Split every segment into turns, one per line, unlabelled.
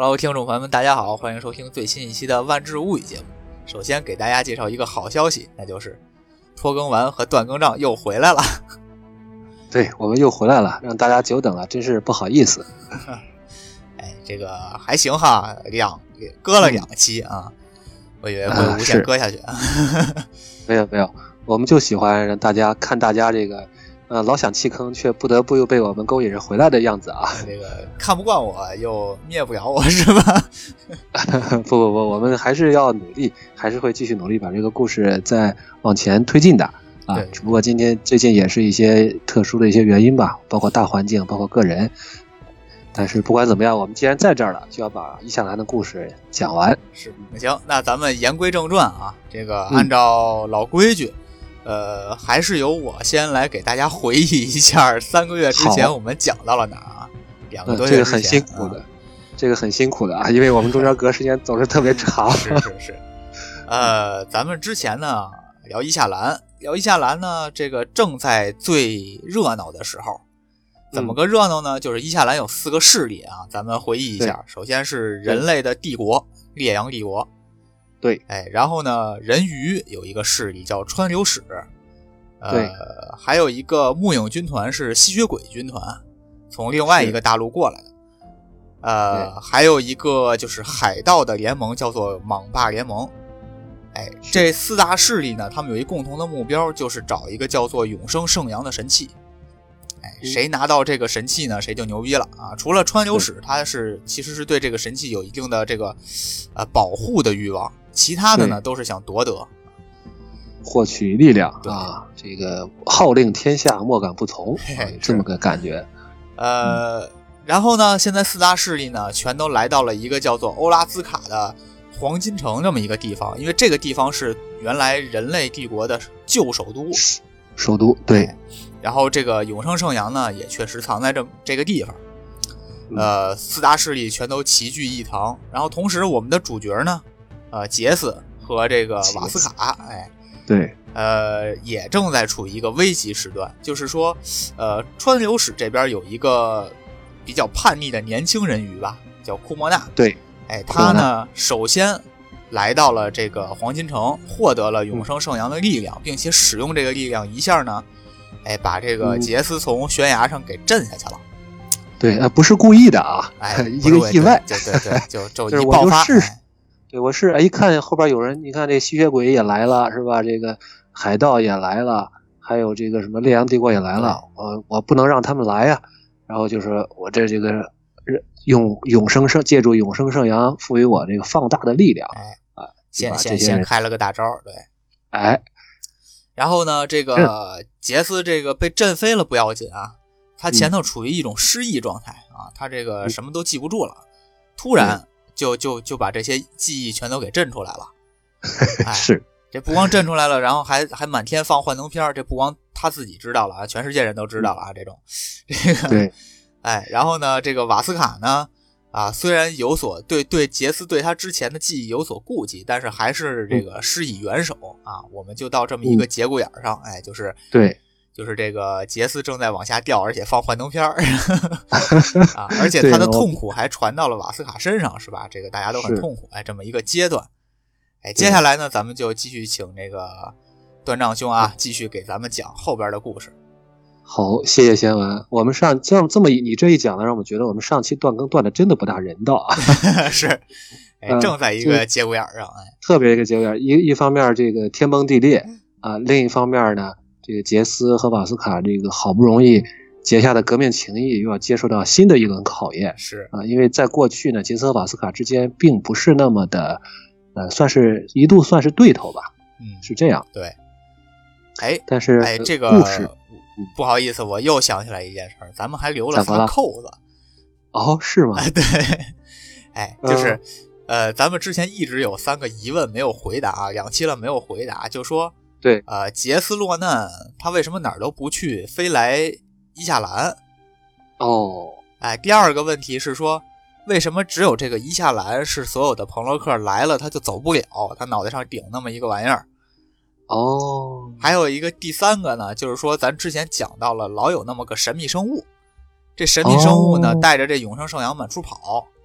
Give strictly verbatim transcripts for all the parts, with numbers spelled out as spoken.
Hello， 听众朋友们，大家好，欢迎收听最新一期的万智物语节目。首先给大家介绍一个好消息，那就是拖更丸和断更杖又回来了。
对，我们又回来了，让大家久等了，真是不好意思。
哎，这个还行哈，两割了两期啊，嗯、我以为会无限割下去。啊、
没有没有，我们就喜欢让大家看大家这个。呃，老想弃坑，却不得不又被我们勾引着回来的样子啊！
这个看不惯我，又灭不了我，是吧？
不不不，我们还是要努力，还是会继续努力把这个故事再往前推进的啊！只不过今天最近也是一些特殊的一些原因吧，包括大环境，包括个人。但是不管怎么样，我们既然在这儿了，就要把伊夏兰的故事讲完。
是，行，那咱们言归正传啊，这个按照老规矩。嗯呃，还是由我先来给大家回忆一下三个月之前我们讲到了哪儿啊？两个多月之前、嗯、这个
很辛苦的、啊，这个很辛苦的啊，因为我们中间隔时间总是特别长。
是是是。呃，咱们之前呢聊伊夏兰，聊伊夏兰呢，这个正在最热闹的时候。怎么个热闹呢？嗯、就是伊夏兰有四个势力啊，咱们回忆一下。首先是人类的帝国，烈阳帝国。
对，
哎，然后呢，人鱼有一个势力叫川流史，
对，
呃，还有一个木影军团是吸血鬼军团，从另外一个大陆过来的，呃，还有一个就是海盗的联盟，叫做蟒霸联盟。哎，这四大势力呢，他们有一共同的目标，就是找一个叫做永生圣阳的神器。哎，谁拿到这个神器呢，谁就牛逼了啊！除了川流史，他是其实是对这个神器有一定的这个呃保护的欲望。其他的呢，都是想夺得、
获取力量啊！这个号令天下，莫敢不从，啊、这么个感觉。
呃、嗯，然后呢，现在四大势力呢，全都来到了一个叫做欧拉兹卡的黄金城这么一个地方，因为这个地方是原来人类帝国的旧首都。
首都对、哎。
然后这个永生圣阳呢，也确实藏在这这个地方。呃，四大势力全都齐聚一堂，然后同时我们的主角呢。呃，杰斯和这个瓦斯卡，哎，
对，
呃，也正在处于一个危急时段，就是说，呃，川流史这边有一个比较叛逆的年轻人鱼吧，叫库莫纳，
对，
哎，他呢，首先来到了这个黄金城，获得了永生圣阳的力量，嗯、并且使用这个力量一下呢，哎，把这个杰斯从悬崖上给震下去了。
对，呃，不是故意的啊，
哎，
一个意外，
对对对，就就一爆发。
就是哎对，我是一看后边有人，你看这吸血鬼也来了，是吧？这个海盗也来了，还有这个什么烈阳帝国也来了，我我不能让他们来呀。然后就说我这这个用永生圣，借助永生圣阳赋予我这个放大的力量，
哎啊，先先先开了个大招，对，
哎，
然后呢，这个杰斯这个被震飞了不要紧啊，他前头处于一种失忆状态啊，他这个什么都记不住了，突然。就就就把这些记忆全都给震出来了，哎、
是
这不光震出来了，然后还还满天放幻灯片，这不光他自己知道了啊，全世界人都知道了啊，这种这个
对，
哎，然后呢，这个瓦斯卡呢啊，虽然有所对对杰斯对他之前的记忆有所顾忌，但是还是这个施以援手、嗯、啊，我们就到这么一个节骨眼上，嗯、哎，就是
对。
就是这个杰斯正在往下掉，而且放幻灯片儿啊，而且他的痛苦还传到了瓦斯卡身上，是吧？这个大家都很痛苦，哎，这么一个阶段。哎，接下来呢，咱们就继续请这个断杖兄啊，继续给咱们讲后边的故事。
好，谢谢贤文。我们上这这么你这一讲呢，让我们觉得我们上期断更断的真的不大人道啊。
是，哎，正在一个节骨眼上，哎，
特别一个节骨眼，一一方面这个天崩地裂啊，另一方面呢。这个杰斯和瓦斯卡这个好不容易结下的革命情谊又要接受到新的一轮考验，
是
啊，因为在过去呢，杰斯和瓦斯卡之间并不是那么的，呃，算是一度算是对头吧，
嗯，
是这样。
对，哎，
但是
哎，这个
故事
不好意思，我又想起来一件事儿，咱们还留了仨扣子。
哦，是吗？
哎，对，哎，就是、嗯、呃，咱们之前一直有三个疑问没有回答，两期了没有回答，就说。
对，
呃，杰斯落难，他为什么哪儿都不去，非来伊夏兰？
哦，
哎，第二个问题是说，为什么只有这个伊夏兰是所有的朋洛克来了他就走不了，他脑袋上顶那么一个玩意儿？
哦，
还有一个第三个呢，就是说咱之前讲到了，老有那么个神秘生物，这神秘生物呢、哦、带着这永生圣阳满处跑，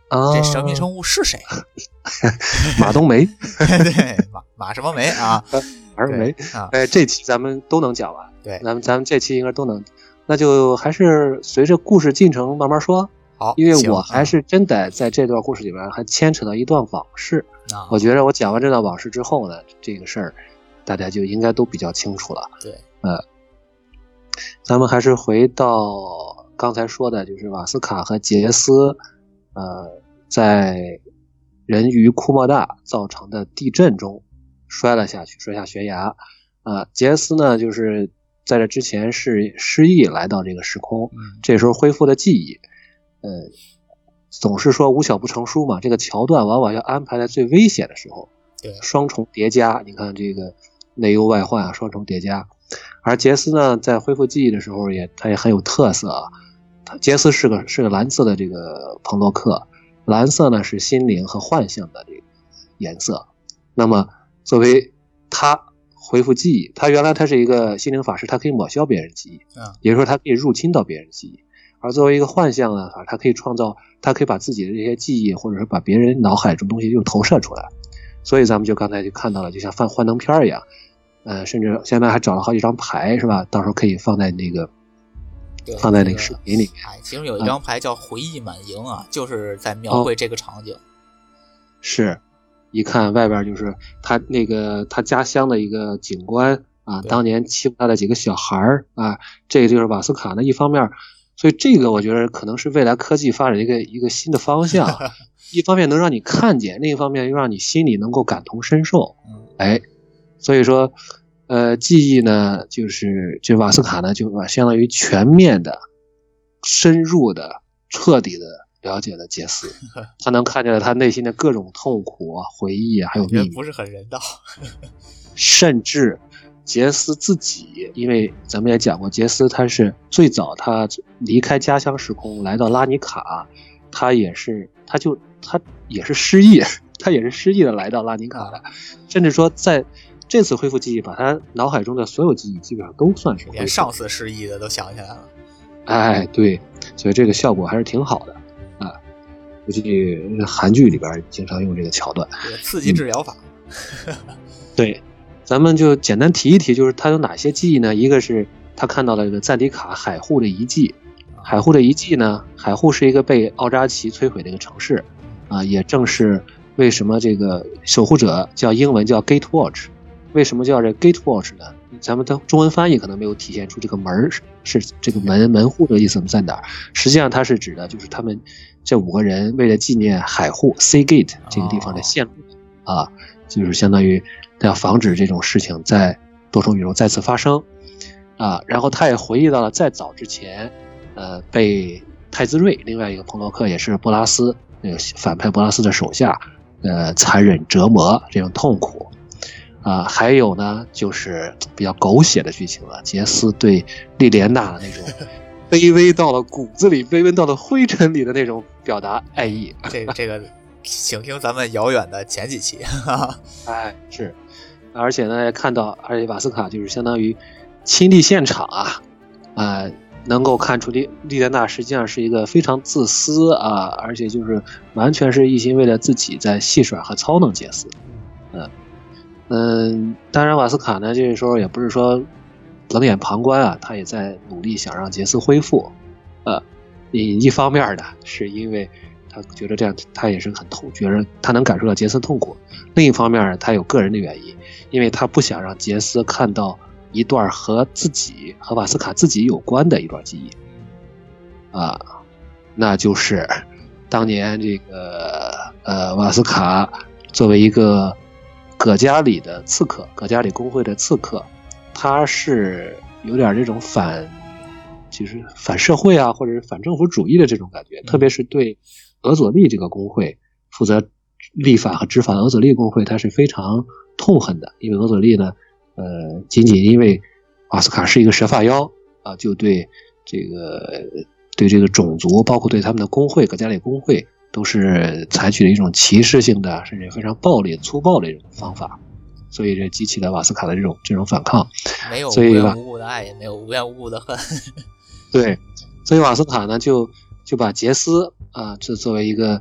啊，
这神秘生物是谁？
马冬梅，
对，马马什么梅啊？
马什么梅
啊？
哎，这期咱们都能讲完。
对，
咱们咱们这期应该都能，那就还是随着故事进程慢慢说。
好，
因为我还是真的在这段故事里边还牵扯到一段往事。
啊、
我觉得我讲完这段往事之后呢，这个事儿大家就应该都比较清楚了。
对，
呃，咱们还是回到刚才说的，就是瓦斯卡和杰斯，呃，在人鱼库莫大造成的地震中摔了下去，摔下悬崖。啊、呃，杰斯呢，就是在这之前是失忆来到这个时空，
嗯、
这时候恢复了记忆。呃，总是说无巧不成书嘛，这个桥段往往要安排在最危险的时候，
对，
双重叠加。你看这个内忧外患啊，双重叠加。而杰斯呢，在恢复记忆的时候也，他也很有特色啊。他杰斯是个是个蓝色的这个彭洛克，蓝色呢是心灵和幻象的这个颜色。那么作为他恢复记忆，他原来他是一个心灵法师，他可以抹消别人记忆，
嗯，
也就是说他可以入侵到别人记忆。而作为一个幻象呢，他可以创造，他可以把自己的这些记忆，或者是把别人脑海中东西又投射出来。所以咱们就刚才就看到了，就像放幻灯片一样，呃，甚至现在还找了好几张牌，是吧？到时候可以放在那个，放在那个视频里面。
哎，其中有一张牌叫回忆满盈啊，啊就是在描绘这个场景。哦、
是，一看外边就是他那个他家乡的一个景观啊，当年欺负他的几个小孩啊，这个就是瓦斯卡呢，一方面。所以这个我觉得可能是未来科技发展一个一个新的方向，一方面能让你看见，另一方面又让你心里能够感同身受。哎，所以说，呃，记忆呢，就是这瓦斯卡呢，就相当于全面的、深入的、彻底的了解了杰斯，他能看见了他内心的各种痛苦啊、回忆啊，还有秘密。
不是很人道，
甚至。杰斯自己，因为咱们也讲过，杰斯他是最早他离开家乡时空来到拉尼卡，他也是他就他也是失忆，他也是失忆的来到拉尼卡的，甚至说在这次恢复记忆，把他脑海中的所有记忆基本上都算是
连上次失忆的都想起来了。
哎，对，所以这个效果还是挺好的啊。估计韩剧里边经常用这个桥段，
这个刺激治疗法。
嗯、对。咱们就简单提一提，就是他有哪些记忆呢？一个是他看到了这个赞迪卡海户的遗迹，海户的遗迹呢，海户是一个被奥扎奇摧毁的一个城市，啊，也正是为什么这个守护者叫英文叫 Gate Watch， 为什么叫这 Gate Watch 呢？咱们的中文翻译可能没有体现出这个门是这个门门户的意思在哪儿，实际上它是指的就是他们这五个人为了纪念海户 Sea Gate 这个地方的线路啊，就是相当于。要防止这种事情在多重宇宙再次发生啊，然后他也回忆到了在早之前，呃，被太子睿另外一个彭洛克也是波拉斯那个反派波拉斯的手下，呃，残忍折磨这种痛苦啊，还有呢就是比较狗血的剧情了，杰斯对莉莲娜的那种卑微到了骨子里、卑微到了灰尘里的那种表达爱意，
这个这个，请听咱们遥远的前几期，
哎，是。而且呢，看到，而且瓦斯卡就是相当于亲历现场啊，啊、呃，能够看出莉莉莲娜实际上是一个非常自私啊，而且就是完全是一心为了自己在戏耍和操弄杰斯，嗯嗯，当然瓦斯卡呢，这个时候也不是说冷眼旁观啊，他也在努力想让杰斯恢复，呃，一一方面呢，是因为。他觉得这样，他也是很痛，觉得他能感受到杰斯痛苦。另一方面，他有个人的原因，因为他不想让杰斯看到一段和自己和瓦斯卡自己有关的一段记忆，啊，那就是当年这个呃瓦斯卡作为一个葛加里的刺客，葛加里公会的刺客，他是有点这种反，就是反社会啊，或者是反政府主义的这种感觉，特别是对。俄佐利这个工会负责立法和执法的俄佐利工会，他是非常痛恨的，因为俄佐利呢，呃，仅仅因为瓦斯卡是一个蛇发妖啊，就对这个对这个种族，包括对他们的工会，葛加里工会，都是采取了一种歧视性的，甚至非常暴力、粗暴的一种方法，所以这激起了瓦斯卡的这种这种反抗。
没有无缘无故的爱，也没有无缘无故的恨。
对，所以瓦斯卡呢就。就把杰斯啊，这作为一个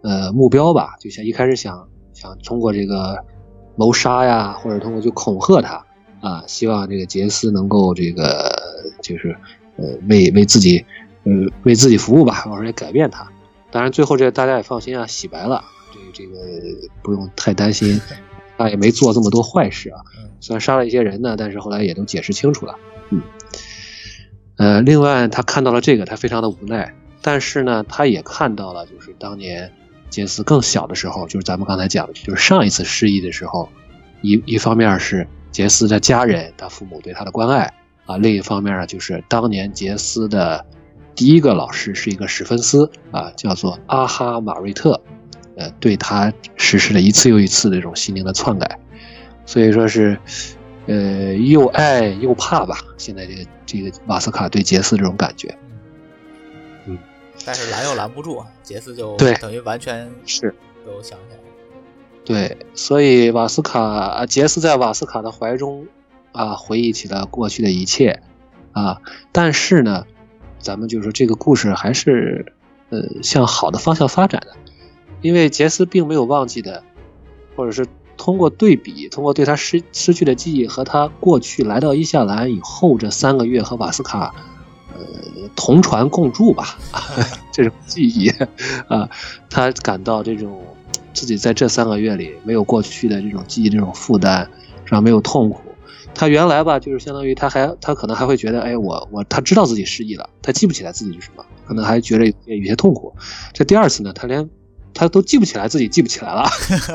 呃目标吧，就像一开始想想通过这个谋杀呀，或者通过就恐吓他啊，希望这个杰斯能够这个就是呃为为自己呃为自己服务吧，或者也改变他。当然最后这大家也放心啊，洗白了，这个这个不用太担心，他也没做这么多坏事啊。虽然杀了一些人呢，但是后来也都解释清楚了。嗯，呃，另外他看到了这个，他非常的无奈，但是呢，他也看到了，就是当年杰斯更小的时候，就是咱们刚才讲的，就是上一次失忆的时候，一一方面是杰斯的家人，他父母对他的关爱啊，另一方面呢，就是当年杰斯的第一个老师是一个史芬斯啊，叫做阿哈马瑞特，呃，对他实施了一次又一次的这种心灵的篡改，所以说是，呃，又爱又怕吧。现在这个这个瓦斯卡对杰斯这种感觉，嗯，
但是拦又拦不住，杰斯就等于完全
是
都想起来了。
对，所以瓦斯卡杰斯在瓦斯卡的怀中啊，回忆起了过去的一切啊，但是呢。咱们就说这个故事还是呃向好的方向发展的，因为杰斯并没有忘记的，或者是通过对比，通过对他失失去的记忆和他过去来到伊夏兰以后这三个月和瓦斯卡呃同船共住吧这种记忆啊，他感到这种自己在这三个月里没有过去的这种记忆这种负担，是吧？没有痛苦。他原来吧，就是相当于他还他可能还会觉得，哎，我我他知道自己失忆了，他记不起来自己是什么，可能还觉得有些有些痛苦。这第二次呢，他连他都记不起来自己记不起来了，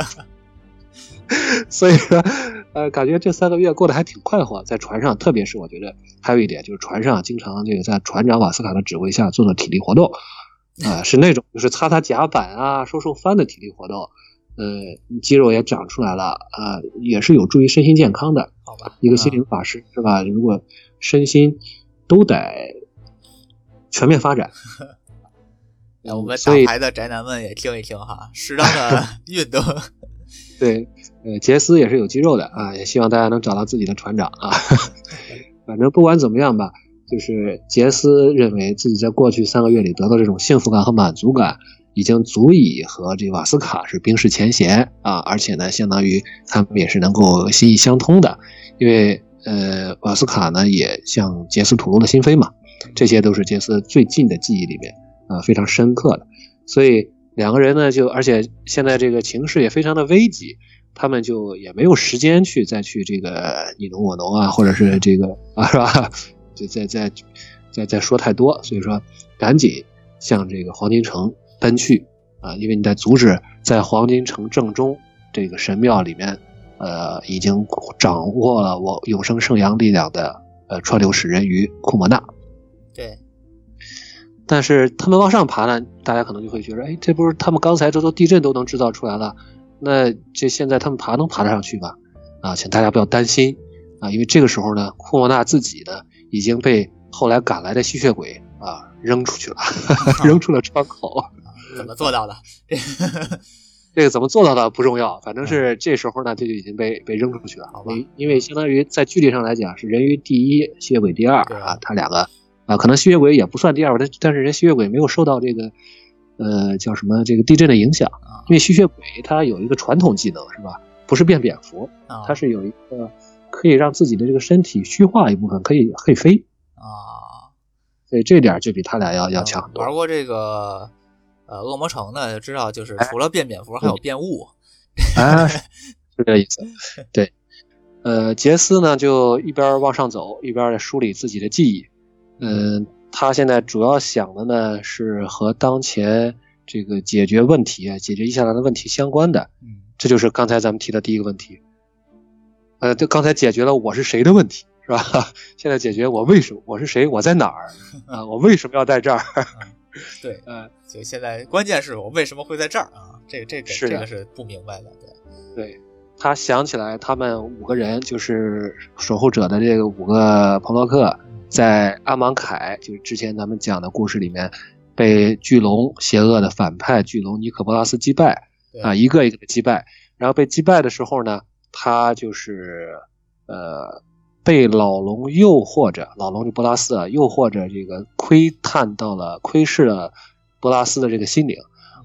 所以说，呃，感觉这三个月过得还挺快活，在船上，特别是我觉得还有一点就是船上经常这个在船长瓦斯卡的指挥下做的体力活动，啊、呃，是那种就是擦擦甲板啊、收收帆的体力活动。呃，肌肉也长出来了，呃，也是有助于身心健康的。
好吧，
一个心灵法师、嗯、是吧？如果身心都得全面发展，
那我们打牌的宅男们也听一听哈，适当的运动。
对，呃，杰斯也是有肌肉的啊，也希望大家能找到自己的船长啊。反正不管怎么样吧，就是杰斯认为自己在过去三个月里得到这种幸福感和满足感。已经足以和这瓦斯卡是冰释前嫌啊，而且呢，相当于他们也是能够心意相通的，因为呃，瓦斯卡呢也向杰斯吐露了心扉嘛，这些都是杰斯最近的记忆里面啊非常深刻的，所以两个人呢就，而且现在这个情势也非常的危急，他们就也没有时间去再去这个你侬我侬啊，或者是这个啊是吧，就再再再再说太多，所以说赶紧向这个黄金城奔去啊，因为你得阻止在黄金城正中这个神庙里面，呃，已经掌握了我永生圣阳力量的呃川流使人鱼库莫纳。
对。
但是他们往上爬呢，大家可能就会觉得，哎，这不是他们刚才这都地震都能制造出来了，那这现在他们爬能爬得上去吗？啊，请大家不要担心啊，因为这个时候呢，库莫纳自己呢已经被后来赶来的吸血鬼啊扔出去了，扔出了窗口。
怎么做到的？
这个怎么做到的不重要，反正是这时候呢，这就已经被被扔出去了。好吧，因为相当于在距离上来讲是人鱼第一，吸血鬼第二啊，他两个啊，可能吸血鬼也不算第二，但但是人吸血鬼没有受到这个呃叫什么这个地震的影响，因为吸血鬼它有一个传统技能是吧？不是变蝙蝠，它是有一个可以让自己的这个身体虚化一部分，可以可以飞
啊，
所以这点就比他俩要要强很多。
玩过这个。呃，恶魔城呢，就知道就是除了变蝙蝠，还有变物，
啊，是这个意思。对，呃，杰斯呢就一边往上走，一边在梳理自己的记忆。嗯、呃，他现在主要想的呢是和当前这个解决问题、解决伊夏兰的问题相关的。嗯，这就是刚才咱们提的第一个问题。呃，这刚才解决了我是谁的问题，是吧？现在解决我为什么，我是谁，我在哪儿啊？我为什么要在这儿？
对，呃，就现在关键是我为什么会在这儿啊？这个这个这个是不明白的。
对，对，他想起来他们五个人就是守护者的这个五个彭洛克，在阿芒凯，就是之前咱们讲的故事里面，被巨龙邪恶的反派巨龙尼可波拉斯击败啊，一个一个的击败。然后被击败的时候呢，他就是呃。被老龙诱惑着，老龙就波拉斯啊，诱惑着这个窥探到了、窥视了波拉斯的这个心灵，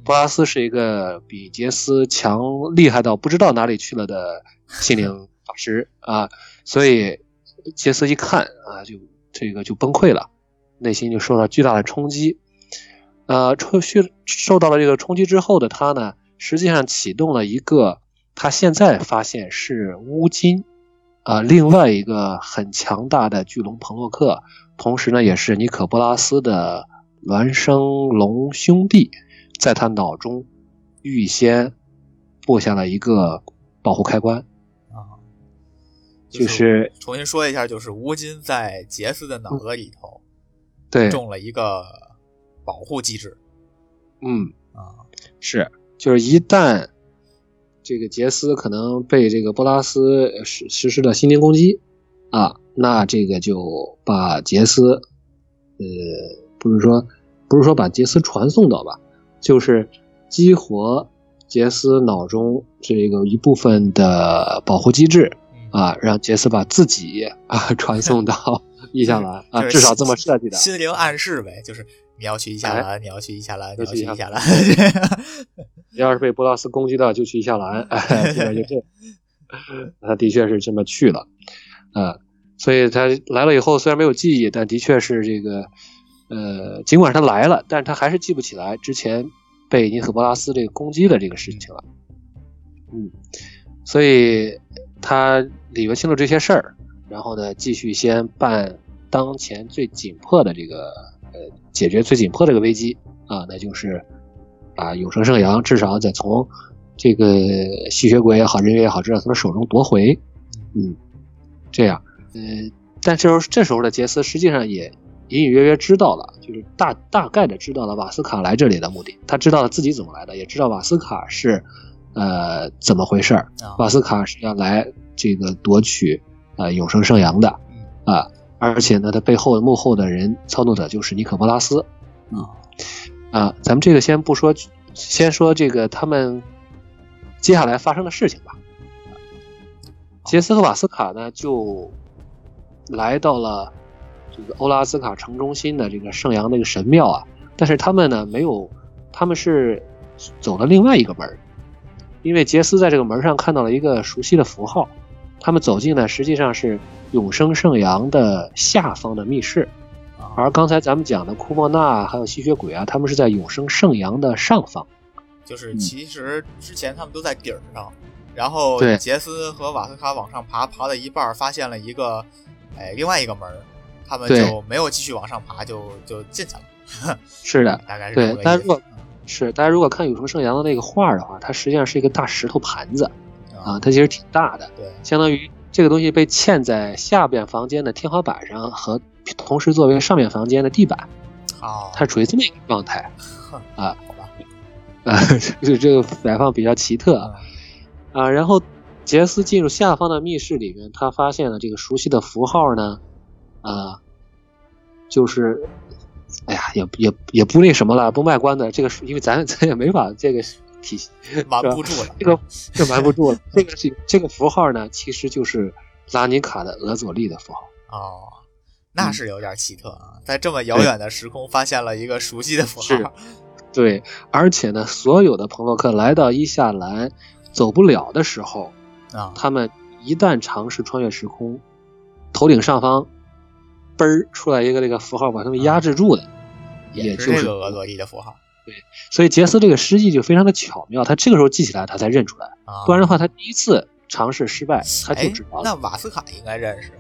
波拉斯是一个比杰斯强厉害到不知道哪里去了的心灵法师啊，所以杰斯一看啊，就这个就崩溃了，内心就受到巨大的冲击。呃，受到了这个冲击之后的他呢，实际上启动了一个他现在发现是乌金啊、呃，另外一个很强大的巨龙彭洛克，同时呢也是尼可波拉斯的孪生龙兄弟，在他脑中预先布下了一个保护开关
啊，
就是、就是、
重新说一下，就是乌金在杰斯的脑子里头，
对，
中了一个保护机制。
嗯
啊，
是，就是一旦这个杰斯可能被这个波拉斯实实施了心灵攻击啊，那这个就把杰斯，呃，不是说不是说把杰斯传送到吧，就是激活杰斯脑中这个一部分的保护机制啊，让杰斯把自己啊传送到伊夏兰啊，至少这么设计的。
心灵暗示呗，就是你要去伊夏兰、哎，你要去伊夏兰，你要去伊夏兰。
你要是被波拉斯攻击到，就去伊夏兰。哎，基本就这。他的确是这么去了，啊，所以他来了以后虽然没有记忆，但的确是这个，呃，尽管他来了，但是他还是记不起来之前被尼可波拉斯这个攻击的这个事情了。嗯，所以他理不清楚这些事儿，然后呢，继续先办当前最紧迫的这个，呃，解决最紧迫这个危机啊，那就是把永生圣阳至少再从这个吸血鬼也好，人猿也好，至少从他手中夺回。嗯，这样，呃，但这时候这时候的杰斯实际上也隐隐约约知道了，就是大大概的知道了瓦斯卡来这里的目的，他知道了自己怎么来的，也知道瓦斯卡是呃怎么回事儿。瓦斯卡是要来这个夺取呃永生圣阳的啊、呃，而且呢，他背后幕后的人操作者就是尼可波拉斯。
啊、
呃、啊，咱们这个先不说，先说这个他们接下来发生的事情吧。杰斯和瓦斯卡呢就来到了这个欧拉斯卡城中心的这个圣阳那个神庙啊，但是他们呢没有，他们是走了另外一个门，因为杰斯在这个门上看到了一个熟悉的符号，他们走进呢实际上是永生圣阳的下方的密室，而刚才咱们讲的库莫纳还有吸血鬼啊，他们是在永生圣阳的上方，
就是其实之前他们都在顶上，然后杰斯和瓦斯卡往上爬，爬到一半发现了一个哎另外一个门，他们就没有继续往上爬，就就进去了。
是的，
大概是这么个意思。
对，大家如果是大家如果看永生圣阳的那个画的话，它实际上是一个大石头盘子、嗯、啊，它其实挺大的，
对，
相当于这个东西被嵌在下边房间的天花板上，和同时作为上面房间的地板，
哦，
它处于这么一个状态啊，
好吧，
啊，这这个摆放比较奇特啊。嗯啊，然后杰斯进入下方的密室里面，他发现了这个熟悉的符号呢，啊，就是，哎呀，也也也不那什么了，不卖关子，这个因为咱咱也没法这个体系
瞒不住了，
这个这瞒不住了，这个是这个符号呢，其实就是拉尼卡的俄佐利的符号。
哦，那是有点奇特啊，嗯、在这么遥远的时空发现了一个熟悉的符号。
对，而且呢，所有的彭洛克来到伊夏兰走不了的时候
啊，
他们一旦尝试穿越时空，头顶上方嘣儿出来一个这个符号把他们压制住的，啊、也就是
这个俄佐利的符号。
对，所以杰斯这个失忆就非常的巧妙，他这个时候记起来他才认出来，
啊、
不然的话他第一次尝试失败他就知道了。
那瓦斯卡应该认识。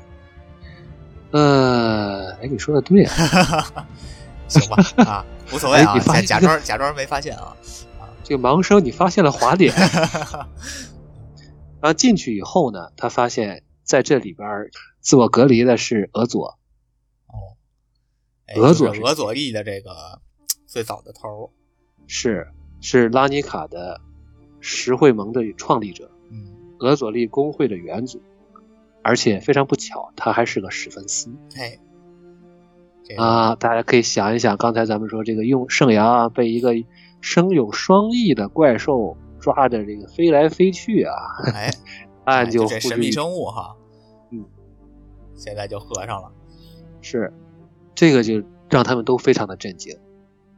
呃，哎，你说的对啊。
行吧，啊，无所谓啊，假假装假装没发现啊。
这个盲生你发现了滑点。然后进去以后呢，他发现在这里边自我隔离的是俄佐。
哦，
俄佐
是俄佐利的这个最早的头，
是是拉尼卡的石会盟的创立者，
嗯，
俄佐利公会的元祖，而且非常不巧，他还是个史芬斯。
哎，这个、
啊，大家可以想一想，刚才咱们说这个用圣阳啊，被一个生有双翼的怪兽抓着这个飞来飞去啊，
哎，
按就
这神秘生物哈，
嗯，
现在就合上了，
是，这个就让他们都非常的震惊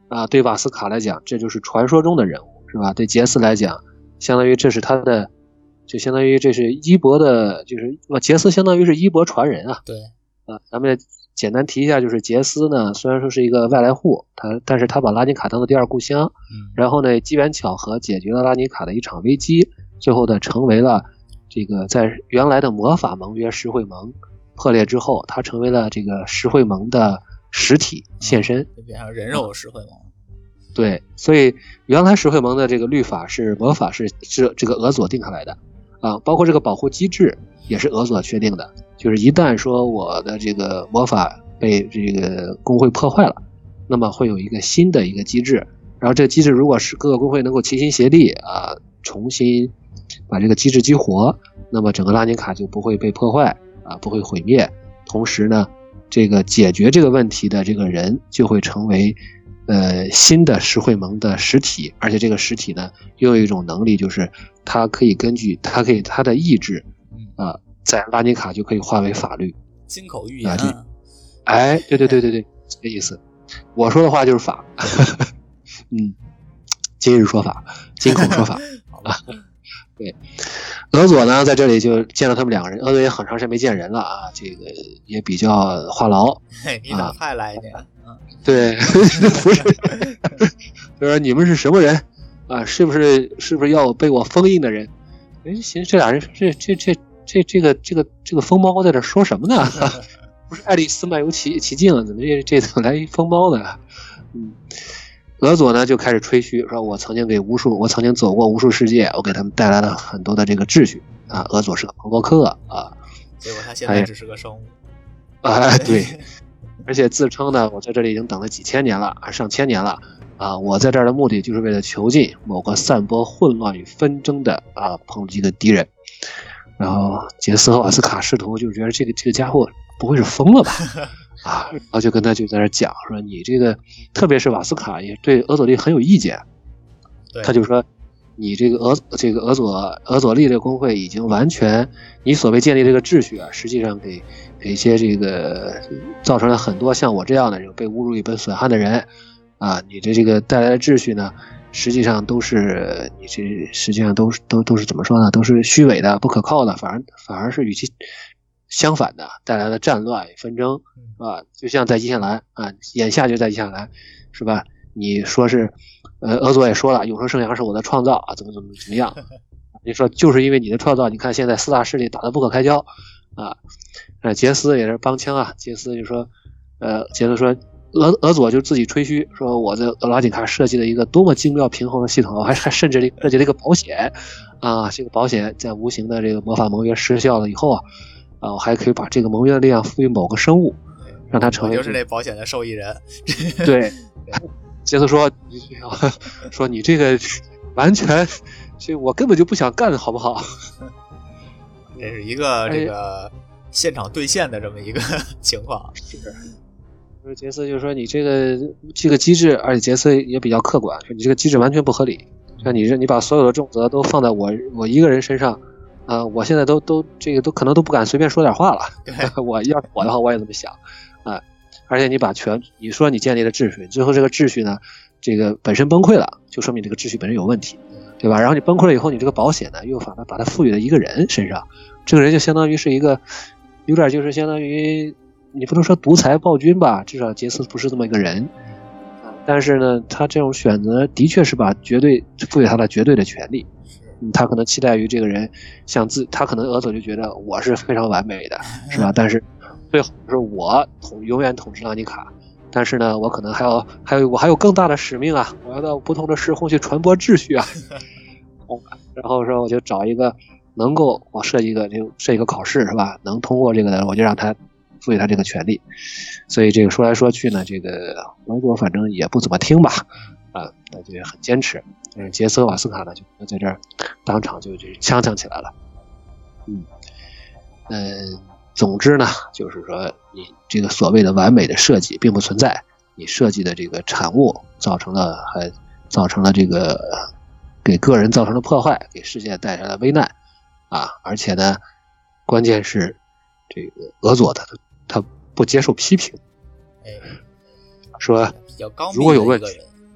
啊，对瓦斯卡来讲，这就是传说中的人物，是吧？对杰斯来讲，相当于这是他的，就相当于这是伊伯的，就是杰斯相当于是伊伯传人啊。
对，
啊，咱们简单提一下，就是杰斯呢，虽然说是一个外来户，他但是他把拉尼卡当做第二故乡，
嗯，
然后呢，机缘巧合解决了拉尼卡的一场危机，最后呢，成为了这个在原来的魔法盟约石会盟破裂之后，他成为了这个石会盟的实体现身，
就变成人肉石会盟。
对，所以原来石会盟的这个律法是魔法是是这个俄佐定下来的啊，包括这个保护机制也是俄佐确定的，就是一旦说我的这个魔法被这个工会破坏了，那么会有一个新的一个机制，然后这个机制如果是各个工会能够齐心协力啊，重新把这个机制激活，那么整个拉尼卡就不会被破坏啊，不会毁灭。同时呢，这个解决这个问题的这个人就会成为呃新的石会盟的实体，而且这个实体呢又有一种能力，就是它可以根据它可以它的意志啊、呃，在拉尼卡就可以化为法律。
金口玉言、
啊、哎，对对对对对，这个意思。我说的话就是法，嗯，今日说法，金口说法啊。对，俄佐呢在这里就见到他们两个人，俄佐也很长时间没见人了啊，这个也比较话痨。
嘿，你咋还来呢？
啊、对，不是，就说你们是什么人啊？是不是是不是要被我封印的人？哎，寻思这俩人，这这这这这个这个这个疯猫在这说什么呢？不是爱丽丝漫游奇奇境，怎么这这怎么来一疯猫呢？嗯。俄佐呢就开始吹嘘，说我曾经给无数，我曾经走过无数世界，我给他们带来了很多的这个秩序啊。俄佐是个彭洛克啊，
结果他现在只是个生物
啊，对，而且自称呢，我在这里已经等了几千年了，上千年了啊，我在这儿的目的就是为了囚禁某个散播混乱与纷争的啊抨击的敌人。然后杰斯和瓦斯卡试图就觉得这个这个家伙不会是疯了吧？啊，然后就跟他就在那讲说，你这个，特别是瓦斯卡也对俄佐利很有意见，他就说，你这个俄这个俄佐俄佐利这个工会已经完全，你所谓建立这个秩序啊，实际上给给一些这个造成了很多像我这样的人被侮辱与被损害的人啊，你的这个带来的秩序呢，实际上都是你这实际上都是都都是怎么说呢？都是虚伪的、不可靠的，反而反而是与其相反的，带来了战乱与纷争，是吧？就像在伊夏兰啊，眼下就在伊夏兰，是吧？你说是，呃，俄佐也说了，永生圣阳是我的创造啊，怎么怎么怎么样？你说就是因为你的创造，你看现在四大势力打得不可开交啊。呃，杰斯也是帮腔啊，杰斯就说，呃，杰斯说，俄俄佐就自己吹嘘说，我在俄拉尼卡设计了一个多么精妙平衡的系统，我还还甚至设计了一个保险啊，这个保险在无形的这个魔法盟约失效了以后啊。啊，我还可以把这个盟约的力量赋予某个生物，让它成为，
我就是那保险的受益人。
对，杰斯说，说你这个完全，这我根本就不想干，好不好？
这是一个这个现场兑现的这么一个情况。
是，就是杰斯就说你这个这个机制，而且杰斯也比较客观，说你这个机制完全不合理，像你这你把所有的重责都放在我我一个人身上。啊、呃，我现在都都这个都可能都不敢随便说点话了。我要是我的话，我也这么想啊、呃。而且你把全你说你建立了秩序，最后这个秩序呢，这个本身崩溃了，就说明这个秩序本身有问题，对吧？然后你崩溃了以后，你这个保险呢，又把它把它赋予了一个人身上，这个人就相当于是一个有点就是相当于你不能说独裁暴君吧，至少杰斯不是这么一个人。但是呢，他这种选择的确是把绝对赋予他的绝对的权利。嗯，他可能期待于这个人像自，他可能俄佐就觉得我是非常完美的，是吧？但是最后是我统永远统治拉尼卡，但是呢，我可能还有还有我还有更大的使命啊，我要到不同的时空去传播秩序啊。然后说我就找一个能够我设计一个就设计一个考试是吧？能通过这个的，我就让他赋予他这个权利。所以这个说来说去呢，这个俄佐反正也不怎么听吧。啊，那就很坚持。嗯，杰斯和瓦斯卡呢，就在这儿当场就就呛呛起来了。嗯，嗯，总之呢，就是说你这个所谓的完美的设计并不存在，你设计的这个产物造成了还造成了这个给个人造成了破坏，给世界带来了危难啊！而且呢，关键是这个俄佐他他不接受批评，
哎，
说如果有问题。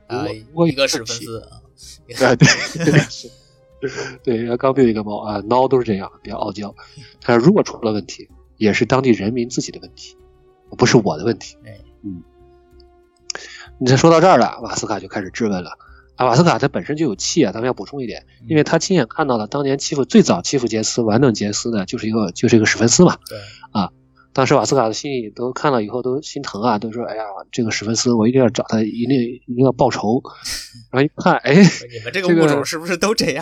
啊，一个史芬斯啊，
对对是，对，刚对一个猫啊，猫都是这样，比较傲娇。他说如果出了问题，也是当地人民自己的问题，不是我的问题。嗯，你再说到这儿了，瓦斯卡就开始质问了。啊，瓦斯卡他本身就有气啊，咱们要补充一点，因为他亲眼看到了当年欺负最早欺负杰斯、玩弄杰斯的，就是一个就是一个史芬斯嘛。
对
啊，当时瓦斯卡的心里都看了以后都心疼啊，都说哎呀，这个史芬斯我一定要找他，一定一定要报仇。然后一看，哎，
你们这个物种是不是都这样？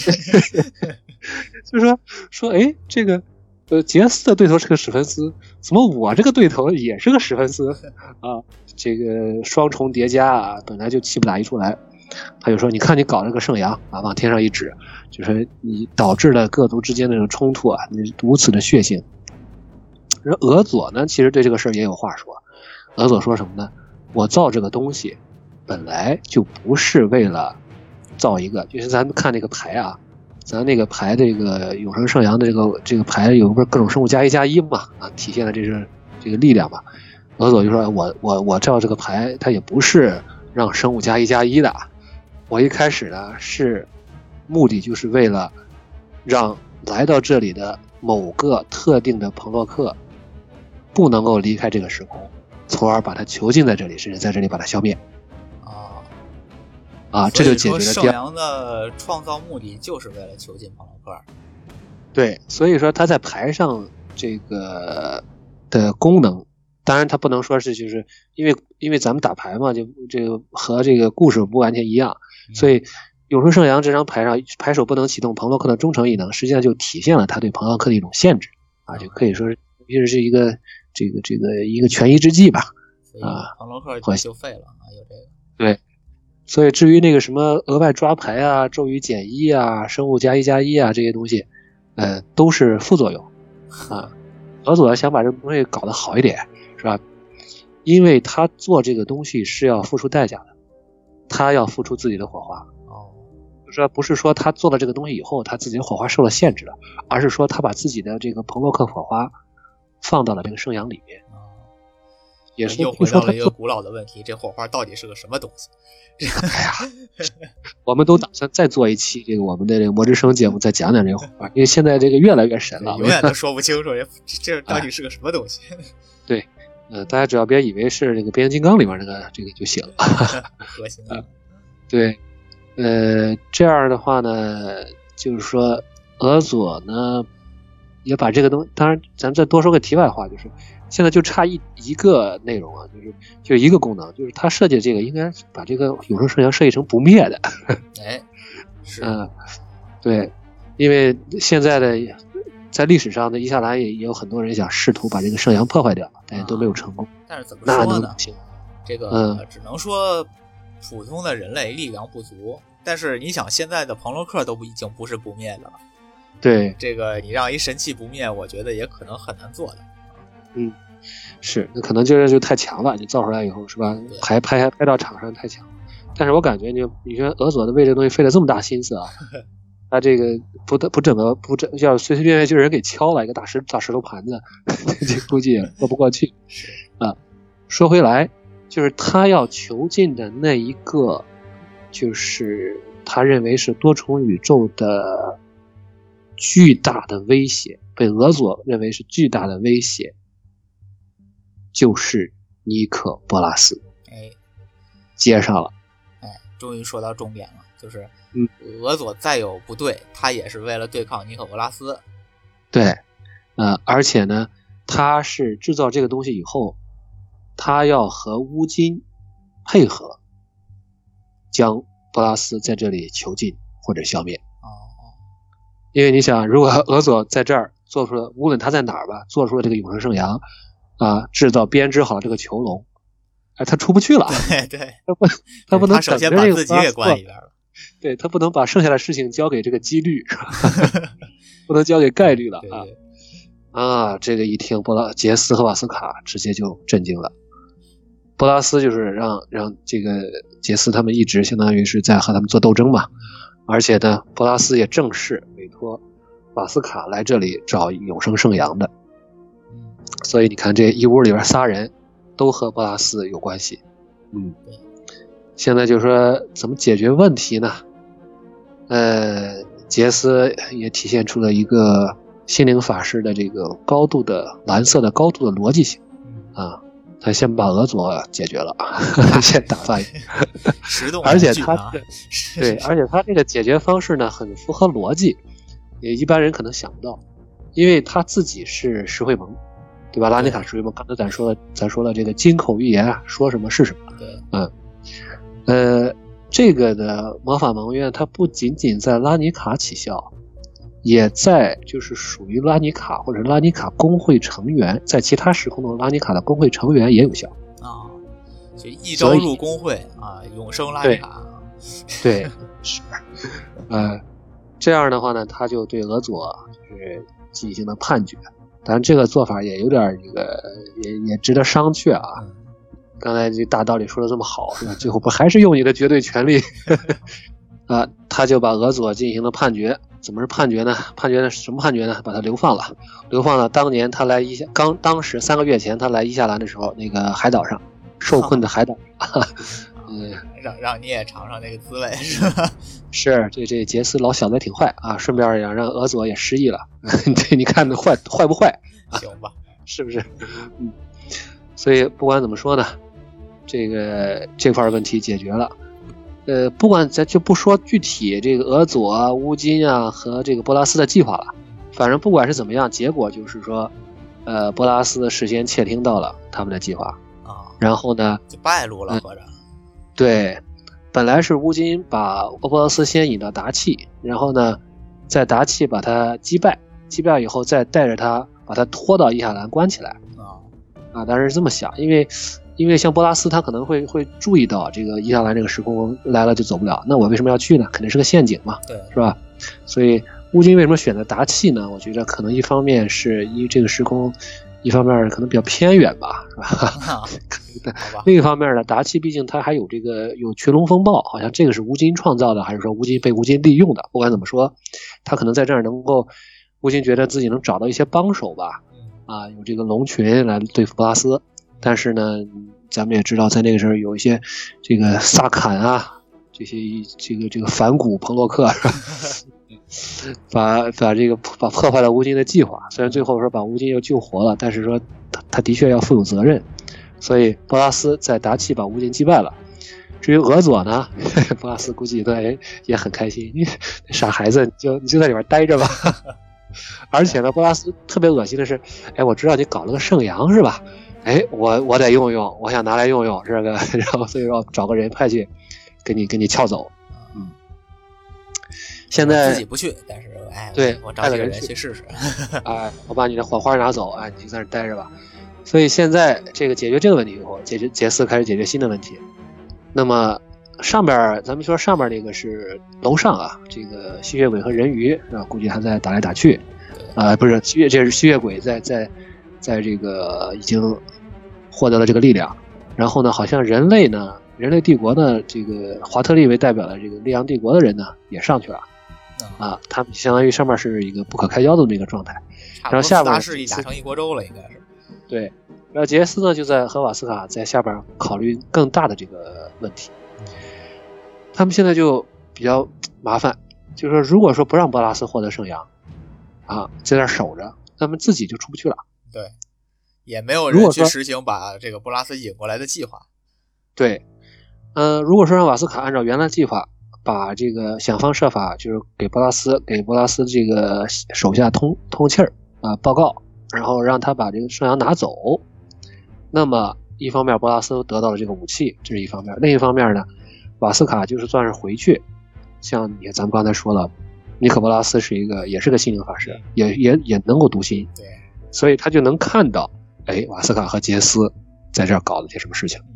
就说说哎，这个呃杰斯的对头是个史芬斯，怎么我这个对头也是个史芬斯啊？这个双重叠加啊，本来就气不打一处来。他就说你看你搞这个圣阳啊，往天上一指，就是你导致了各族之间的这种冲突啊，你如此的血腥。而俄佐呢其实对这个事儿也有话说。俄佐说什么呢？我造这个东西本来就不是为了造一个，就是咱们看那个牌啊，咱那个牌这个永生圣阳的这个这个牌有不是各种生物加一加一嘛，啊，体现了这是这个力量嘛。俄佐就说我我我造这个牌它也不是让生物加一加一的，我一开始呢是目的就是为了让来到这里的某个特定的朋洛克不能够离开这个时空，从而把它囚禁在这里，甚至在这里把它消灭。
啊
啊，这就解决了
圣阳的创造目的就是为了囚禁朋洛克。
对，所以说它在牌上这个的功能，当然它不能说是就是因为因为咱们打牌嘛，就这个和这个故事不完全一样，所以永生圣阳这张牌上牌手不能启动朋洛克的忠诚异能，实际上就体现了他对朋洛克的一种限制啊，就可以说是其实是一个这个这个一个权宜之计吧。啊，
朋洛克就废了啊，有这个。
对，所以至于那个什么额外抓牌啊、咒语减一啊、生物加一加一啊这些东西，呃，都是副作用啊。俄佐想把这个东西搞得好一点，是吧？因为他做这个东西是要付出代价的，他要付出自己的火花。
哦，
就是说不是说他做了这个东西以后，他自己的火花受了限制了，而是说他把自己的这个朋洛克火花放到了这个圣阳里面。也是
又回到了一个古老的问题，这火花到底是个什么东西？
哎呀，我们都打算再做一期这个我们的这个魔之声节目，再讲讲这个火花，因为现在这个越来越神了，
永远都说不清楚这这到底是个什么东西。
哎、对，呃，大家只要别以为是这个变形金刚里面这个这个就行了。
核心的、啊。
对，呃，这样的话呢，就是说俄佐呢也把这个东西，当然咱再多说个题外话，就是现在就差一一个内容啊，就是就一个功能，就是他设计这个应该把这个永生圣阳设计成不灭的。
哎，是，
嗯，对，因为现在的在历史上的伊夏兰也也有很多人想试图把这个圣阳破坏掉，但是都没有成功。
啊、但是怎么说呢？这个、
嗯、
只能说普通的人类力量不足，但是你想现在的朋洛克都已经不是不灭的了。
对，
这个你让一神器不灭，我觉得也可能很难做的。
嗯，是，那可能就是就太强了，你造出来以后是吧？拍拍拍到场上太强。但是我感觉你你说俄佐的为这东西费了这么大心思啊，他这个不不整个不整，要随随便便就有人给敲了一个大石大石头盘子，这估计也说不过去啊。说回来，就是他要囚禁的那一个，就是他认为是多重宇宙的巨大的威胁，被俄佐认为是巨大的威胁。就是尼可波拉斯，
哎，
接上了，
哎，终于说到重点了，就是
嗯，
俄佐再有不对，他也是为了对抗尼可波拉斯。
对，呃，而且呢，他是制造这个东西以后，他要和乌金配合，将波拉斯在这里囚禁或者消灭。
哦，
因为你想，如果俄佐在这儿做出了，无论他在哪儿吧，做出了这个永生圣阳。啊，制造编织好这个囚笼，哎，他出不去了。
对对，
他不，他不能
首先把自己给关里边了。
对，他不能把剩下的事情交给这个几率，不能交给概率了啊！
对对
啊，这个一听，波拉杰斯和瓦斯卡直接就震惊了。波拉斯就是让让这个杰斯他们一直相当于是在和他们做斗争嘛，而且呢，波拉斯也正式委托瓦斯卡来这里找永生圣阳的。所以你看这一屋里边仨人都和波拉斯有关系。嗯， 现在就说怎么解决问题呢？呃，杰斯也体现出了一个心灵法师的这个高度的蓝色的高度的逻辑性啊。他先把俄佐解决了，先打发一个，而且他对，而且他这个解决方式呢很符合逻辑，也一般人可能想不到，因为他自己是石会盟，对吧？拉尼卡石会盟，刚才咱说了，咱说了这个金口玉言啊，说什么是什么，
对，
嗯，呃，这个的魔法盟约，它不仅仅在拉尼卡起效。也在就是属于拉尼卡或者拉尼卡工会成员，在其他时空的拉尼卡的工会成员也有效
啊，就一招入工会啊，永生拉尼卡。
对，是，呃，这样的话呢，他就对俄佐就是进行了判决，当然这个做法也有点这个也也值得商榷啊。刚才这大道理说的这么好，是吧？最后不还是用你的绝对权利啊？他就把俄佐进行了判决。怎么是判决呢？判决呢？什么判决呢？把他流放了，流放了。当年他来伊夏，刚当时三个月前他来伊夏兰的时候，那个海岛上受困的海岛，
嗯，让让你也尝尝那个滋味，是吧？
是，这这杰斯老小子也挺坏啊，顺便也让俄佐也失忆了。这你看坏坏不坏？
行吧，
是不是？嗯，所以不管怎么说呢，这个这块问题解决了。呃，不管咱就不说具体这个俄佐啊、乌金啊和这个波拉斯的计划了，反正不管是怎么样，结果就是说，呃，波拉斯事先窃听到了他们的计划
啊，
然后呢
就败露了，合着、嗯。
对，本来是乌金把波拉斯先引到达契，然后呢，在达契把他击败，击败以后再带着他把他拖到伊夏兰关起来啊啊，当然是这么想，因为。因为像波拉斯他可能会会注意到这个伊夏兰这个时空来了就走不了，那我为什么要去呢？肯定是个陷阱嘛，
对，
是吧？所以乌金为什么选择达契呢？我觉得可能一方面是因为这个时空，一方面可能比较偏远吧，是吧？另一方面呢，达契毕竟他还有这个有群龙风暴，好像这个是乌金创造的，还是说乌金被乌金利用的？不管怎么说，他可能在这儿能够，乌金觉得自己能找到一些帮手吧，啊，有这个龙群来对付波拉斯。但是呢，咱们也知道，在那个时候有一些这个萨坎啊，这些这个这个反骨彭洛克，是吧？把把这个把破坏了乌金的计划。虽然最后说把乌金又救活了，但是说他他的确要负有责任。所以波拉斯在达契把乌金击败了。至于俄佐呢，波拉斯估计也也很开心，你傻孩子，你就你就在里边待着吧。而且呢，波拉斯特别恶心的是，哎，我知道你搞了个圣阳是吧？哎，我我得用用，我想拿来用用这个，然后所以说找个人派去给你给你撬走。嗯，现在
自己不去，但是哎，
对，
我找几个人去试试。
哎，我把你的火花拿走，哎，你就在那待着吧。所以现在这个解决这个问题以后，解决杰斯开始解决新的问题。那么上边咱们说上边那个是楼上啊，这个吸血鬼和人鱼啊，估计还在打来打去。啊、呃，不是吸血，这是吸血鬼在在在这个已经获得了这个力量。然后呢，好像人类呢，人类帝国呢，这个华特利为代表的这个利昂帝国的人呢，也上去了。啊，他们相当于上面是一个不可开交的这么一个状态。然后下边
是一打成一国州了，应该是。
对，然后杰斯呢就在和瓦斯卡在下边考虑更大的这个问题。他们现在就比较麻烦，就是说如果说不让波拉斯获得圣阳啊，在那守着，那么自己就出不去了。
对，也没有人去实行把这个波拉斯引过来的计划。
对，呃，如果说让瓦斯卡按照原来计划，把这个想方设法就是给波拉斯给波拉斯这个手下通通气儿啊，报告，然后让他把这个圣阳拿走。那么一方面波拉斯得到了这个武器，这是一方面；另一方面呢，瓦斯卡就是算是回去，像你咱们刚才说了，尼可波拉斯是一个也是个心灵法师，也也也能够读心，
对，
所以他就能看到，哎，瓦斯卡和杰斯在这儿搞了些什么事情。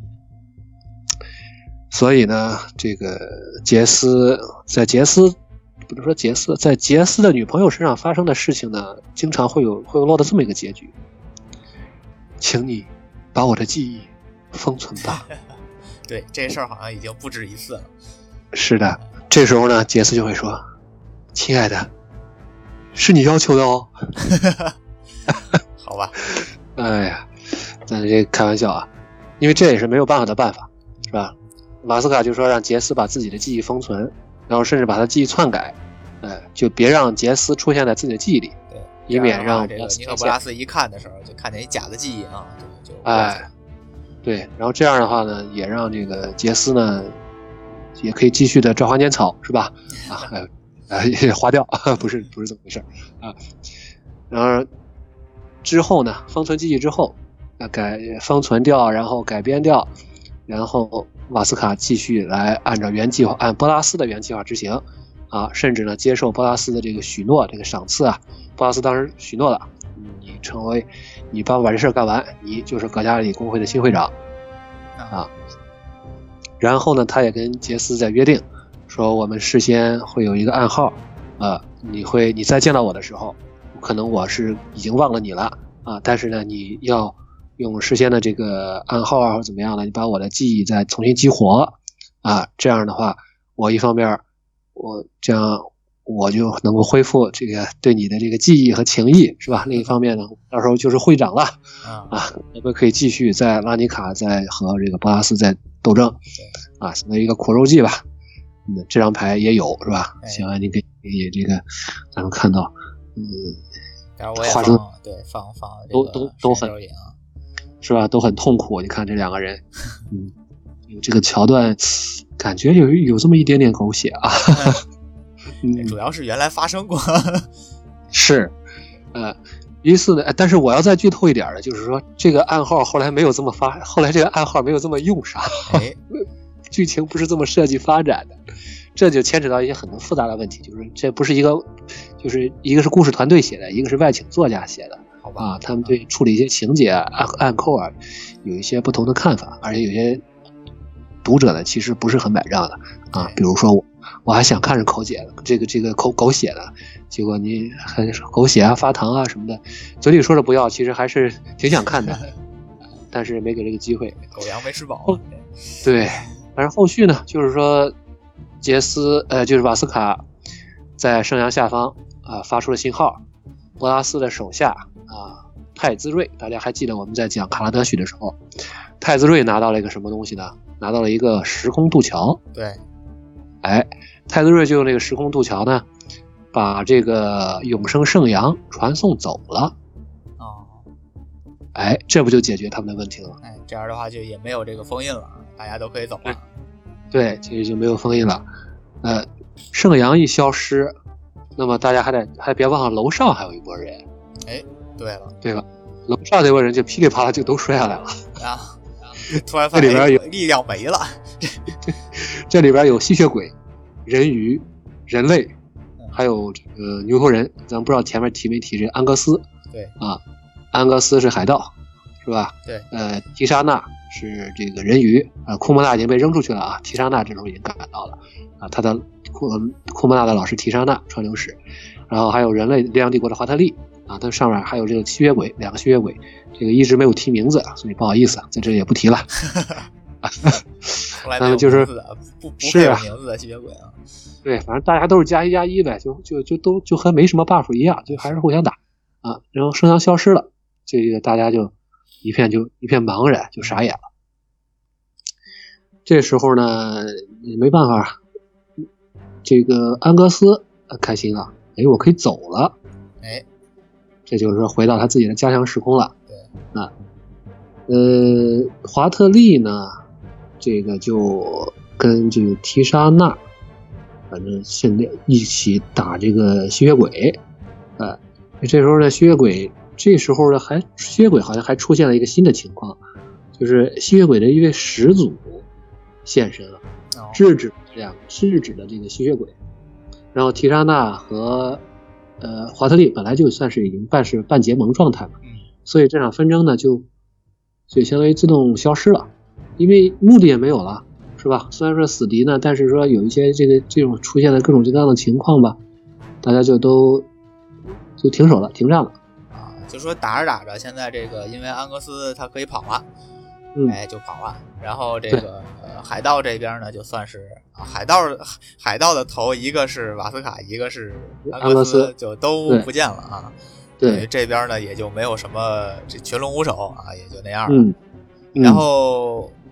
所以呢，这个杰斯在杰斯不是说杰斯在杰斯的女朋友身上发生的事情呢，经常会有会有落得这么一个结局。请你把我的记忆封存吧。
对，这事儿好像已经不止一次了。
是的，这时候呢，杰斯就会说：“亲爱的，是你要求的哦。”
好吧。
哎呀，咱这开玩笑啊，因为这也是没有办法的办法，是吧？ 瓦斯卡就说让杰斯把自己的记忆封存，然后甚至把他记忆篡改，呃，就别让杰斯出现在自己的记忆里，
对，
以免让
这个尼可波拉斯一看的时候就看见一假的记忆啊，就就
哎，对，然后这样的话呢，也让这个杰斯呢也可以继续的召唤蔫草，是吧？啊，呃，呃也花掉，不是不是这么回事啊。然后之后呢，封存记忆之后，呃、改封存掉，然后改编掉，然后瓦斯卡继续来按照原计划，按波拉斯的原计划执行啊，甚至呢接受波拉斯的这个许诺，这个赏赐啊，波拉斯当时许诺了，你成为，你帮我把这事干完，你就是格加里公会的新会长啊。然后呢，他也跟杰斯在约定，说我们事先会有一个暗号，啊，你会你再见到我的时候，可能我是已经忘了你了啊，但是呢，你要用事先的这个暗号啊或者怎么样的，你把我的记忆再重新激活啊，这样的话，我一方面我这样我就能够恢复这个对你的这个记忆和情谊，是吧？另一方面呢，到时候就是会长了啊，我们可以继续在拉尼卡再和这个波拉斯再斗争啊，相当于一个苦肉计吧。嗯，这张牌也有是吧？行啊，你可以这个咱们看到，嗯，
画出对放放
都都都很是吧？都很痛苦。你看这两个人，嗯，有这个桥段，感觉有有这么一点点狗血啊。
嗯，主要是原来发生过。
是，呃，于是呢，但是我要再剧透一点的，就是说这个暗号后来没有这么发，后来这个暗号没有这么用上，
哎、
剧情不是这么设计发展的，这就牵扯到一些很多复杂的问题，就是这不是一个，就是一个是故事团队写的，一个是外请作家写的，
好吧？
啊，他们对处理一些情节啊、暗暗扣啊，有一些不同的看法，而且有些读者呢其实不是很买账的啊，比如说我。我还想看着口血这个这个口狗血的，结果你很狗血啊、发糖啊什么的，嘴里说着不要，其实还是挺想看的，但是没给这个机会。
狗粮没吃饱。
对，但是后续呢，就是说杰斯呃，就是瓦斯卡在圣阳下方啊、呃、发出了信号，波拉斯的手下啊泰兹瑞，大家还记得我们在讲卡拉德许的时候，泰兹瑞拿到了一个什么东西呢？拿到了一个时空渡桥。
对。
哎，泰兹瑞就用这个时空渡桥呢，把这个永生圣阳传送走了。
哦，
哎，这不就解决他们的问题了？
哎，这样的话就也没有这个封印了，大家都可以走了。
对，其实就没有封印了。呃，圣阳一消失，那么大家还得还别忘了楼上还有一波人。
哎，对了，
对吧？楼上这波人就噼里啪啦就都摔下来了。
啊，突然发现
这里边有
力量没了。
这里边有吸血鬼、人鱼、人类，还有这个牛头人。咱不知道前面提没提这个安格斯？
对
啊，安格斯是海盗，是吧？
对。
呃，提莎娜是这个人鱼啊，库莫纳已经被扔出去了啊，提莎娜这时候已经赶到了啊，他的库库莫纳的老师提莎娜川流史，然后还有人类力量帝国的华特利啊，它上面还有这个吸血鬼，两个吸血鬼，这个一直没有提名字，所以不好意思，在这也不提了。
从来没有名字的，不不会有名字的吸血鬼啊。
对，反正大家都是加一加一呗，就就就都就和没什么 buff 一样，就还是互相打啊。然后圣阳消失了，这个大家就一片就一片茫然，就傻眼了。这时候呢，没办法，这个安格斯开心了，哎，我可以走了，
哎，
这就是说回到他自己的家乡时空了。
对
啊，呃，华特利呢？这个就跟这个提莎娜，反正现在一起打这个吸血鬼，呃，这时候呢，吸血鬼这时候呢还吸血鬼好像还出现了一个新的情况，就是吸血鬼的一位始祖现身了，制止这样制止了这个吸血鬼，然后提莎娜和呃华特利本来就算是已经半是半结盟状态嘛，所以这场纷争呢就就相当于自动消失了。因为目的也没有了，是吧？虽然说死敌呢，但是说有一些这个这种出现的各种各样的情况吧，大家就都就停手了，停战了
啊。就说打着打着，现在这个因为安格斯他可以跑了，
嗯，
哎，就跑了。然后这个呃海盗这边呢，就算是啊海盗海盗的头，一个是瓦斯卡，一个是安格斯，就都不见了啊。
对，
这边呢也就没有什么这群龙无首啊，也就那样了。
嗯。
然后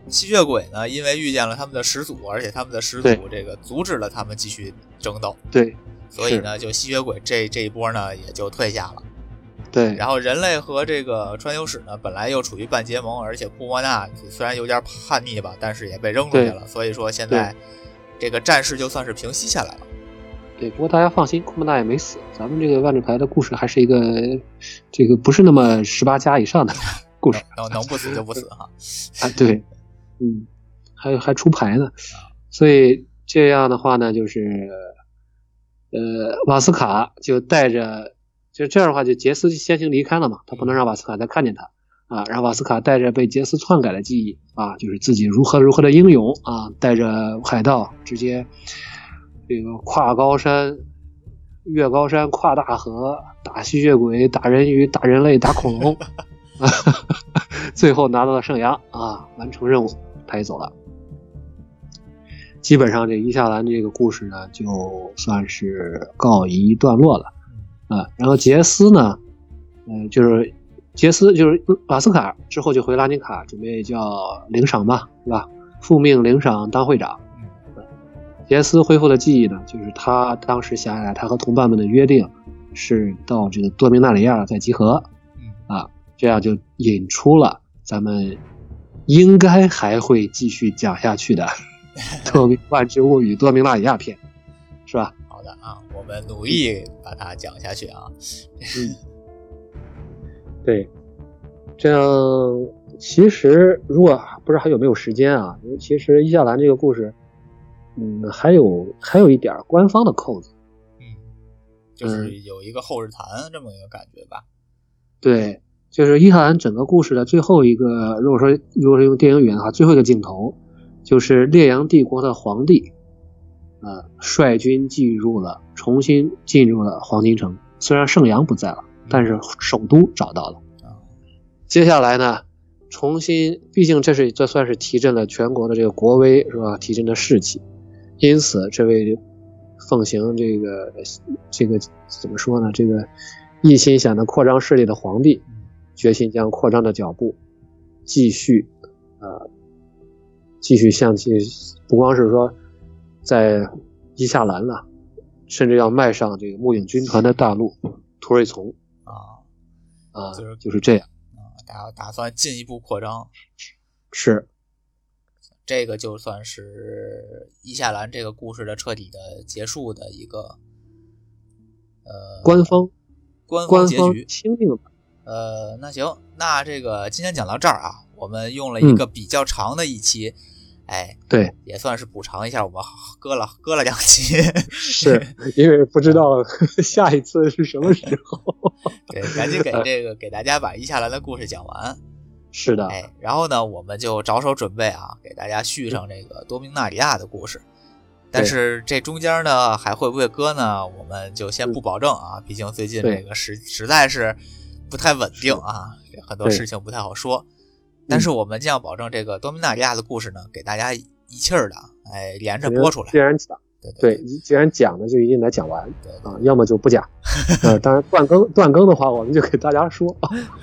吸血鬼呢，因为遇见了他们的始祖，而且他们的始祖这个阻止了他们继续争斗，
对，
所以呢，就吸血鬼这这一波呢也就退下了。
对，
然后人类和这个川游史呢，本来又处于半结盟，而且库莫纳虽然有点叛逆吧，但是也被扔出去了，所以说现在这个战事就算是平息下来了。
对，不过大家放心，库莫纳也没死。咱们这个万智牌的故事还是一个这个不是那么十八加以上的故事，
能能不死就不死哈。
啊，对，嗯，还还出牌呢，所以这样的话呢，就是呃，瓦斯卡就带着。就这样的话，就杰斯先行离开了嘛，他不能让瓦斯卡再看见他啊。然后瓦斯卡带着被杰斯篡改的记忆啊，就是自己如何如何的英勇啊，带着海盗直接这个跨高山、越高山、跨大河，打吸血鬼、打人鱼、打人类、打恐龙，最后拿到了圣阳啊，完成任务，他也走了。基本上这伊夏兰这个故事呢，就算是告一段落了。啊，然后杰斯呢，嗯、呃，就是杰斯就是瓦斯卡之后就回拉尼卡，准备叫领赏吧，是吧？复命领赏当会长。杰斯恢复了记忆呢，就是他当时想起来，他和同伴们的约定是到这个多明纳里亚再集合，啊，这样就引出了咱们应该还会继续讲下去的《多明万智物语》多明纳里亚篇，是吧？
啊，我们努力把它讲下去啊。
嗯，对，这样其实如果不知道还有没有时间啊，因为其实伊夏兰这个故事，嗯，还有还有一点官方的扣子，
嗯，就是有一个后日谈这么一个感觉吧。
对，就是伊夏兰整个故事的最后一个，如果说如果是用电影语言的话，最后一个镜头就是烈阳帝国的皇帝。呃，率军进入了，重新进入了黄金城。虽然圣阳不在了，但是首都找到了。接下来呢，重新，毕竟这是这算是提振了全国的这个国威，是吧？提振了士气。因此，这位奉行这个这个怎么说呢？这个一心想着扩张势力的皇帝，决心将扩张的脚步继续，呃，继续向前，不光是说。在伊夏兰了，甚至要迈上这个木影军团的大陆图瑞丛
啊
啊，就是就是这样
啊，打打算进一步扩张，
是
这个就算是伊夏兰这个故事的彻底的结束的一个呃
官方
官方结局
钦定了。
呃，那行，那这个今天讲到这儿啊，我们用了一个比较长的一期。嗯哎，
对，
也算是补偿一下，我们割了割了两期，
是因为不知道下一次是什么时候。
对，赶紧给这个给大家把伊夏兰的故事讲完。
是的，
哎，然后呢，我们就着手准备啊，给大家续上这个多明纳里亚的故事。但是这中间呢，还会不会割呢？我们就先不保证啊，毕竟最近这个实实在是不太稳定啊，很多事情不太好说。但是我们尽量保证这个多明纳里亚的故事呢，给大家一气儿的，哎，连着播出来。
既然讲，
对对对，
既然讲呢，就一定得讲完啊，要么就不讲。呃，当然断更断更的话，我们就给大家说。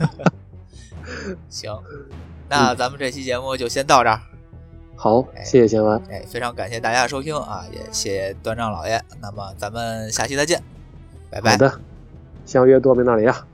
行，那咱们这期节目就先到这儿。
好，谢谢贤文。
哎，非常感谢大家的收听啊，也谢谢端丈老爷。那么咱们下期再见，拜拜。
好的，相约多明纳里亚。